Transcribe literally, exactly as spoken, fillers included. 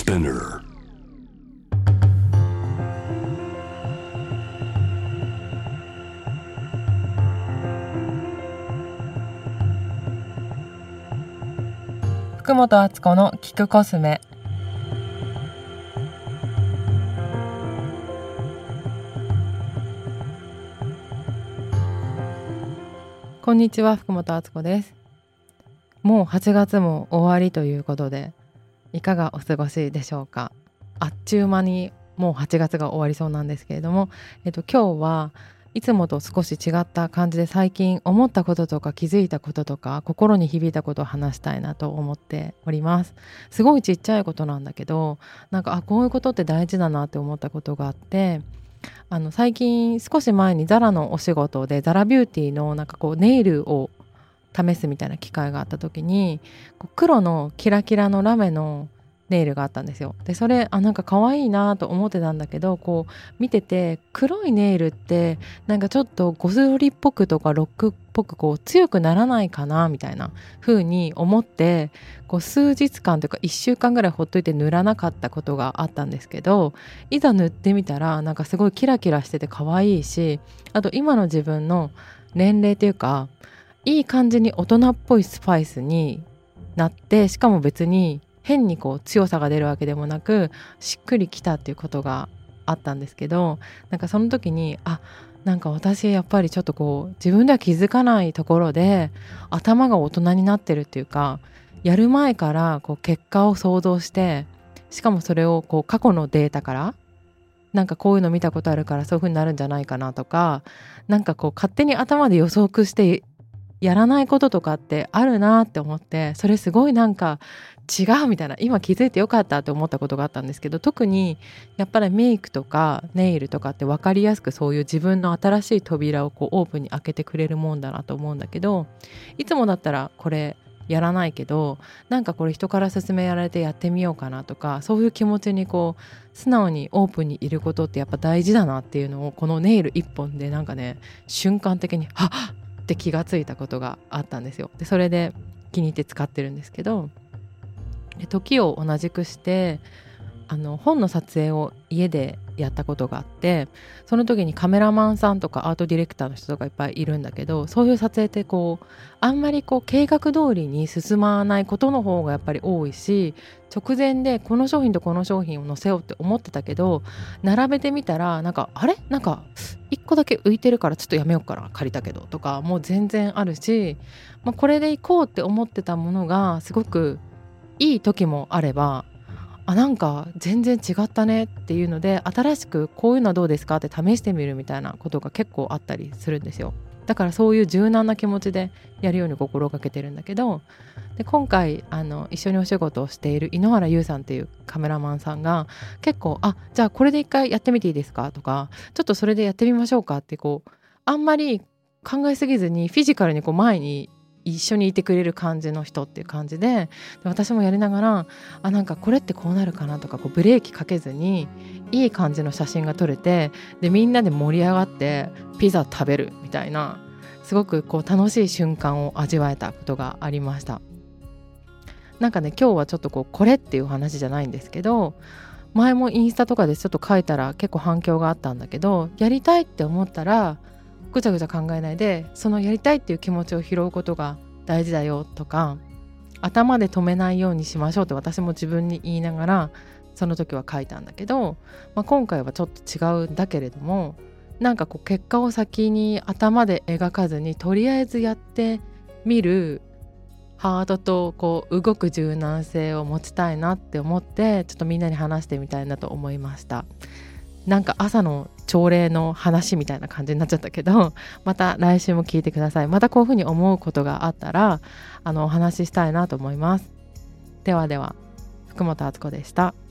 Spinner. 福本敦子の聞くコスメ。こんにちは、福本敦子です。もうはちがつも終わりということで、いかがお過ごしでしょうか。あっちゅう間にもうはちがつが終わりそうなんですけれども、えっと、今日はいつもと少し違った感じで最近思ったこととか気づいたこととか心に響いたことを話したいなと思っております。すごいちっちゃいことなんだけど、なんかあこういうことって大事だなって思ったことがあって、あの最近少し前にザラのお仕事でザラビューティーのなんかこうネイルを試すみたいな機会があった時に、こう黒のキラキラのラメのネイルがあったんですよ。でそれあなんか可愛いなと思ってたんだけど、こう見てて黒いネイルってなんかちょっとゴスロリっぽくとかロックっぽくこう強くならないかなみたいな風に思って、こう数日間というかいっしゅうかんぐらいほっといて塗らなかったことがあったんですけど、いざ塗ってみたらなんかすごいキラキラしてて可愛いし、あと今の自分の年齢というかいい感じに大人っぽいスパイスになって、しかも別に変にこう強さが出るわけでもなくしっくりきたっていうことがあったんですけど、なんかその時にあなんか私やっぱりちょっとこう自分では気づかないところで頭が大人になってるっていうか、やる前からこう結果を想像して、しかもそれをこう過去のデータからなんかこういうの見たことあるからそういう風になるんじゃないかなとか、なんかこう勝手に頭で予測してやらないこととかってあるなって思って、それすごいなんか違うみたいな、今気づいてよかったって思ったことがあったんですけど、特にやっぱりメイクとかネイルとかって分かりやすくそういう自分の新しい扉をこうオープンに開けてくれるもんだなと思うんだけど、いつもだったらこれやらないけど、なんかこれ人から勧められてやってみようかなとか、そういう気持ちにこう素直にオープンにいることってやっぱ大事だなっていうのを、このネイル一本でなんかね瞬間的にはっって気がついたことがあったんですよ。でそれで気に入って使ってるんですけど、で時を同じくしてあの本の撮影を家でやったことがあって、その時にカメラマンさんとかアートディレクターの人とかいっぱいいるんだけど、そういう撮影ってこうあんまりこう計画通りに進まないことの方がやっぱり多いし、直前でこの商品とこの商品を載せようって思ってたけど、並べてみたらなんかあれなんかいっこだけ浮いてるからちょっとやめようかな、借りたけどとかもう全然あるし、まあ、これでいこうって思ってたものがすごくいい時もあれば、あなんか全然違ったねっていうので、新しくこういうのはどうですかって試してみるみたいなことが結構あったりするんですよ。だからそういう柔軟な気持ちでやるように心がけてるんだけど、で今回あの一緒にお仕事をしている井ノ原優さんっていうカメラマンさんが結構あじゃあこれで一回やってみていいですかとか、ちょっとそれでやってみましょうかってこうあんまり考えすぎずにフィジカルにこう前に一緒にいてくれる感じの人っていう感じ で, で私もやりながらあなんかこれってこうなるかなとか、こうブレーキかけずにいい感じの写真が撮れて、でみんなで盛り上がってピザ食べるみたいな、すごくこう楽しい瞬間を味わえたことがありました。なんかね今日はちょっとこうこれっていう話じゃないんですけど、前もインスタとかでちょっと書いたら結構反響があったんだけど、やりたいって思ったらぐちゃぐちゃ考えないで、そのやりたいっていう気持ちを拾うことが大事だよとか、頭で止めないようにしましょうって私も自分に言いながらその時は書いたんだけど、まあ、今回はちょっと違うんだけれども、なんかこう結果を先に頭で描かずにとりあえずやってみるハートとこう動く柔軟性を持ちたいなって思って、ちょっとみんなに話してみたいなと思いました。なんか朝の朝礼の話みたいな感じになっちゃったけど、また来週も聞いてください。またこういうふうに思うことがあったらあのお話ししたいなと思います。ではでは、福本敦子でした。